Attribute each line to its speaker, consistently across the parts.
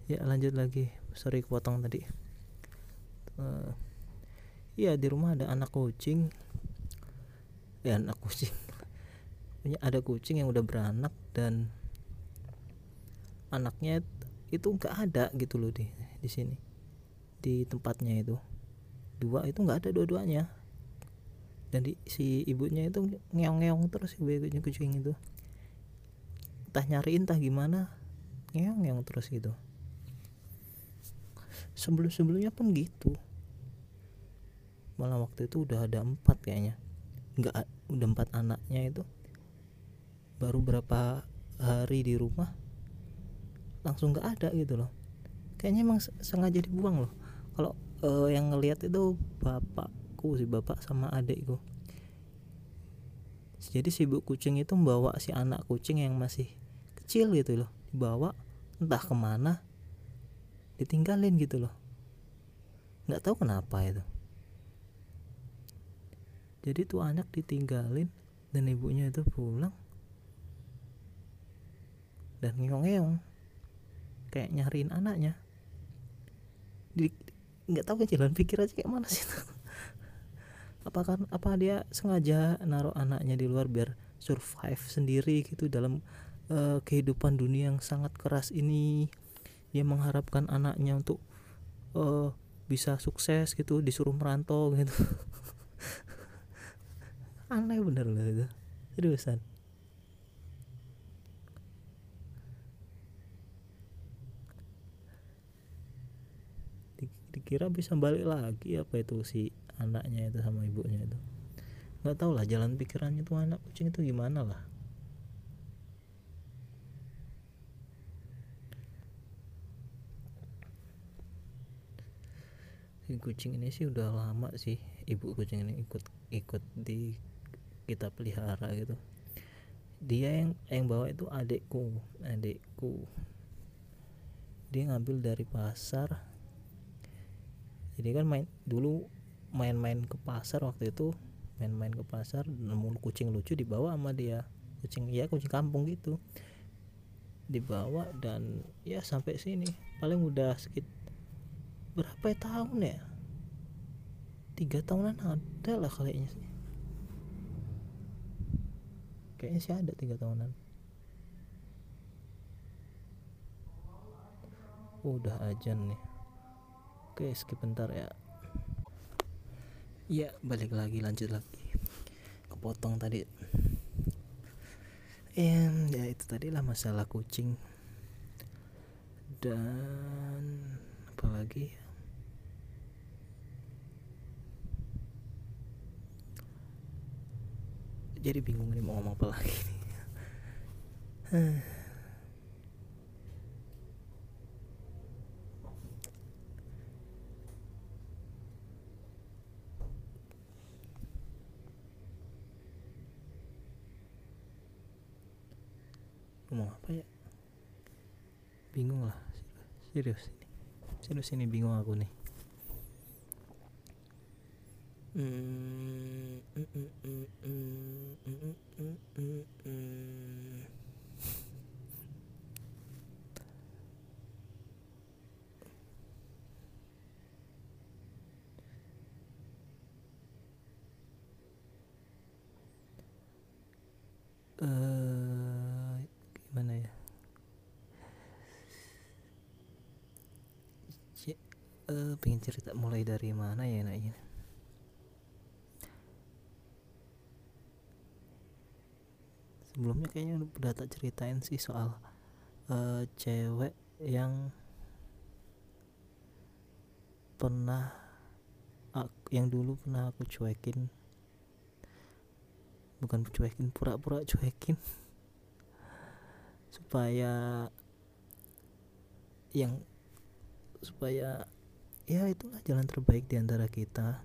Speaker 1: Ya lanjut lagi, sorry kepotong tadi. Eh, Iya, di rumah ada anak kucing. Anak kucing. Ada kucing yang udah beranak dan anaknya itu nggak ada gitu loh di sini, di tempatnya itu. Dua itu nggak ada dua-duanya. Dan si ibunya itu ngeong-ngeong terus, ibu kucing itu. Entah nyariin entah gimana, ngeong-ngeong terus gitu. Sebelum-sebelumnya pun gitu. Malah waktu itu udah ada 4 kayaknya. Nggak, udah 4 anaknya itu. Baru berapa hari di rumah langsung nggak ada gitu loh. Kayaknya emang sengaja dibuang loh. Kalau yang ngelihat itu bapakku, si bapak sama adikku. Jadi si ibu kucing itu membawa si anak kucing yang masih kecil gitu loh, dibawa entah kemana, ditinggalin gitu loh, nggak tahu kenapa itu. Jadi tuh anak ditinggalin dan ibunya itu pulang dan ngeong-ngeong kayak nyariin anaknya. Nggak tahu kan jalan pikir aja kayak mana sih itu. Apa dia sengaja naruh anaknya di luar biar survive sendiri gitu dalam kehidupan dunia yang sangat keras ini. Dia mengharapkan anaknya untuk bisa sukses gitu, disuruh merantau gitu. Aneh bener loh itu, seriusan. Dikira bisa balik lagi apa itu si anaknya itu sama ibunya itu. Nggak tahu lah jalan pikirannya tuh anak kucing itu gimana lah. Si kucing ini sih udah lama sih, ibu kucing ini ikut di kita pelihara gitu. Dia yang bawa itu adikku. Dia ngambil dari pasar. Jadi kan main-main ke pasar waktu itu, main-main ke pasar nemu kucing lucu dibawa sama dia. Kucing kampung gitu dibawa dan ya sampai sini paling udah sekitar berapa ya tahun ya, 3 tahunan ada lah kayaknya sih. Kayaknya sih ada 3 tahunan. Udah ajan nih. Oke, skip bentar ya. Iya, balik lagi, lanjut lagi. Kepotong tadi. Ya itu tadi lah masalah kucing. Dan apalagi ya? Jadi bingung nih mau ngomong apa lagi nih. Ngomong apa ya? Bingung lah. Serius ini bingung aku nih. Gimana ya? Pengen cerita mulai dari mana ya enaknya? Sebelumnya kayaknya udah tak ceritain sih soal cewek pernah yang dulu pernah aku cuekin. Bukan cuekin, pura-pura cuekin supaya yang supaya ya itulah jalan terbaik di antara kita.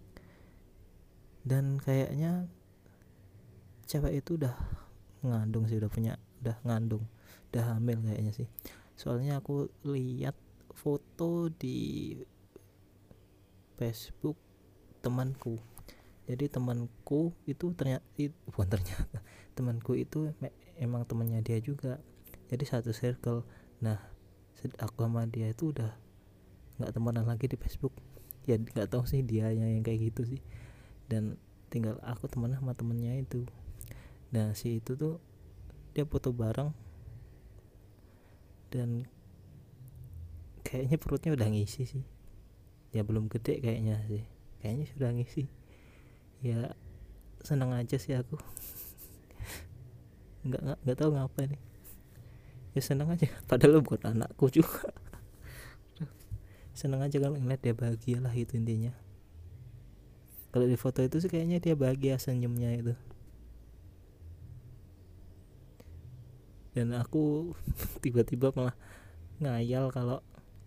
Speaker 1: Dan kayaknya cewek itu udah ngandung sih, udah ngandung, udah hamil kayaknya sih. Soalnya aku lihat foto di Facebook temanku. Jadi temanku itu ternyata temanku itu emang temannya dia juga. Jadi satu circle. Nah, Aku sama dia itu udah nggak temenan lagi di Facebook. Ya nggak tahu sih dia yang kayak gitu sih, dan tinggal aku temen sama temennya itu. Nah si itu tuh dia foto bareng, dan kayaknya perutnya udah ngisi sih. Ya belum gede kayaknya sih, kayaknya sudah ngisi. Ya seneng aja sih aku. nggak tahu ngapa nih, ya seneng aja padahal bukan anakku juga. Seneng aja kalau ngeliat dia bahagia lah, itu intinya. Kalau di foto itu sih kayaknya dia bahagia senyumnya itu. Dan aku tiba-tiba malah ngayal, kalau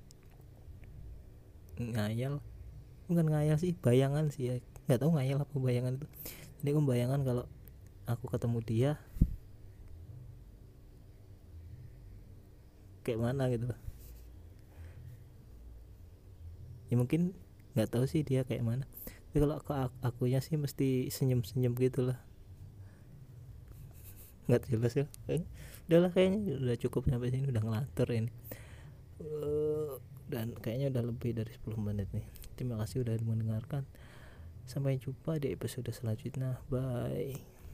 Speaker 1: ngayal bukan ngayal sih, bayangan sih ya, nggak tahu ngayal apa bayangan itu. Jadi aku bayangan kalau aku ketemu dia kayak mana gitu. Ya mungkin nggak tahu sih dia kayak mana, tapi kalau akunya sih mesti senyum-senyum gitulah. Nggak jelas ya, udahlah kayaknya udah cukup sampai sini, udah ngelantur ini. Dan kayaknya udah lebih dari 10 menit nih. Terima kasih udah mendengarkan, sampai jumpa di episode selanjutnya, bye.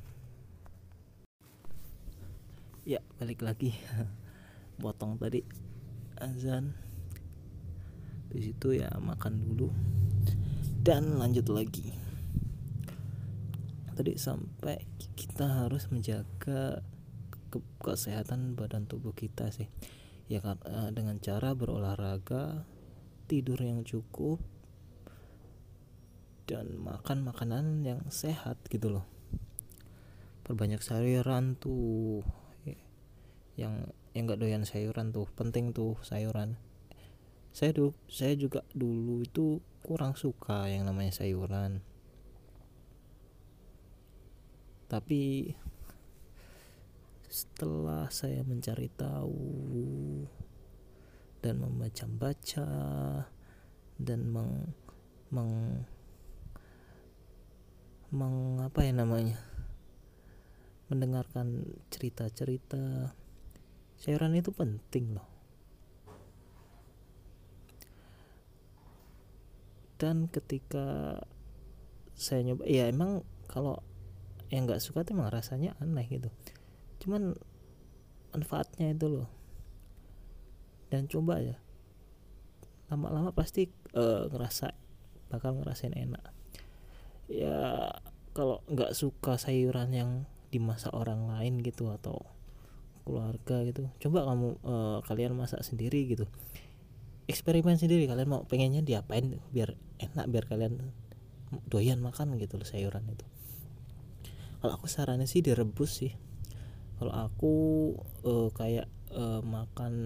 Speaker 1: Ya balik lagi. Potong tadi azan, di situ ya makan dulu dan lanjut lagi. Tadi sampai kita harus menjaga kesehatan badan tubuh kita sih ya, dengan cara berolahraga, tidur yang cukup, dan makan makanan yang sehat gitu loh. Perbanyak sayuran tuh, yang nggak doyan sayuran tuh penting tuh sayuran. Saya juga dulu itu kurang suka yang namanya sayuran, tapi setelah saya mencari tahu dan membaca-baca dan apa ya namanya, mendengarkan cerita-cerita, sayuran itu penting loh. Dan ketika saya nyoba, ya emang kalau yang nggak suka tuh emang rasanya aneh gitu, cuman manfaatnya itu loh. Dan coba ya, lama-lama pasti bakal ngerasain enak. Ya kalau nggak suka sayuran yang dimasak orang lain gitu atau keluarga gitu, coba kalian masak sendiri gitu, eksperimen sendiri, kalian mau pengennya diapain biar enak, biar kalian doyan makan gitu loh sayuran itu. Kalau aku sarannya sih direbus sih. Kalau aku kayak makan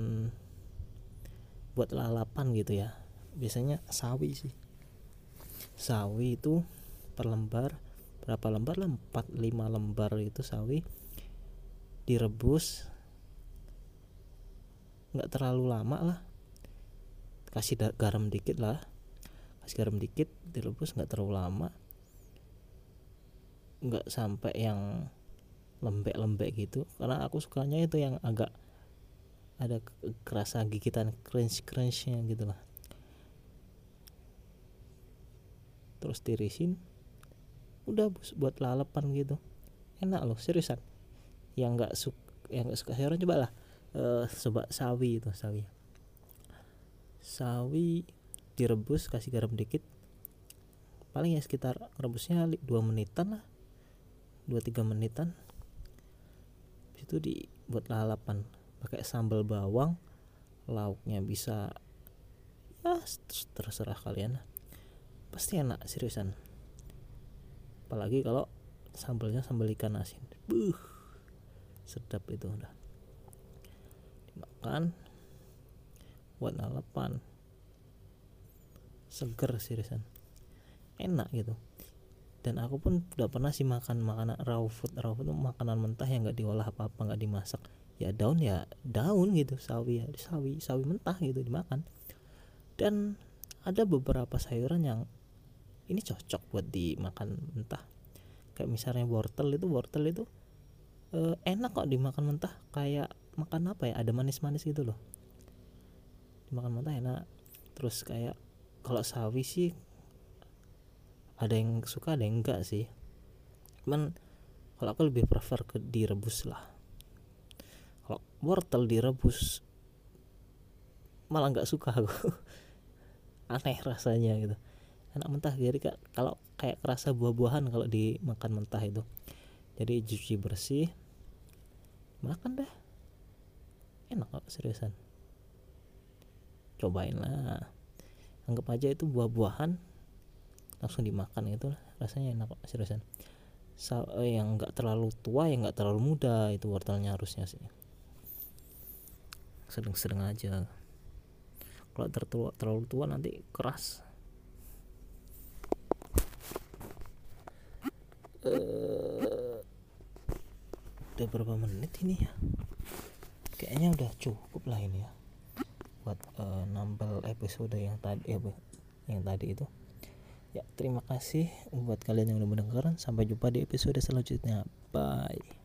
Speaker 1: buat lalapan gitu ya, biasanya sawi sih. Sawi itu per lembar, berapa lembar lah, 4-5 lembar itu sawi direbus, nggak terlalu lama lah, kasih garam dikit lah, direbus nggak terlalu lama, nggak sampai yang lembek-lembek gitu, karena aku sukanya itu yang agak ada kerasa gigitan crunch-crunchnya gitu lah. Terus tirisin, udah buat lalapan gitu, enak loh seriusan. Yang nggak suka sayuran coba lah, coba sawi itu, sawi direbus, kasih garam dikit, paling ya sekitar rebusnya 2 menitan lah, 2-3 menitan. Habis itu dibuat lalapan, pakai sambal bawang, lauknya bisa ya terserah kalian lah, pasti enak seriusan. Apalagi kalau sambalnya sambal ikan asin, sedap itu, udah dimakan buat lalapan, seger seriusan, enak gitu. Dan aku pun udah pernah sih makan makanan raw food itu makanan mentah yang nggak diolah apa-apa, nggak dimasak, ya daun gitu, sawi mentah gitu dimakan. Dan ada beberapa sayuran yang ini cocok buat dimakan mentah, kayak misalnya wortel itu enak kok dimakan mentah, kayak makan apa ya, ada manis-manis gitu loh. dimakan mentah enak. Terus kayak kalau sawi sih ada yang suka ada yang enggak sih, cuman kalau aku lebih prefer ke direbus lah. Kalau wortel direbus malah nggak suka aku. Aneh rasanya gitu, enak mentah. Jadi kalau kayak kerasa buah-buahan kalau dimakan mentah itu. Jadi cuci bersih, makan dah, enak kok, seriusan. Cobain lah, anggap aja itu buah-buahan langsung dimakan, itu rasanya enak kok, seriusan. Yang nggak terlalu tua, yang nggak terlalu muda, itu wortelnya harusnya sih sedang-sedang aja. Kalau terlalu tua nanti keras. Udah berapa menit ini ya? Kayaknya udah cukup lah ini ya buat nambal episode yang tadi itu. Ya, terima kasih buat kalian yang udah mendengarkan. Sampai jumpa di episode selanjutnya. Bye.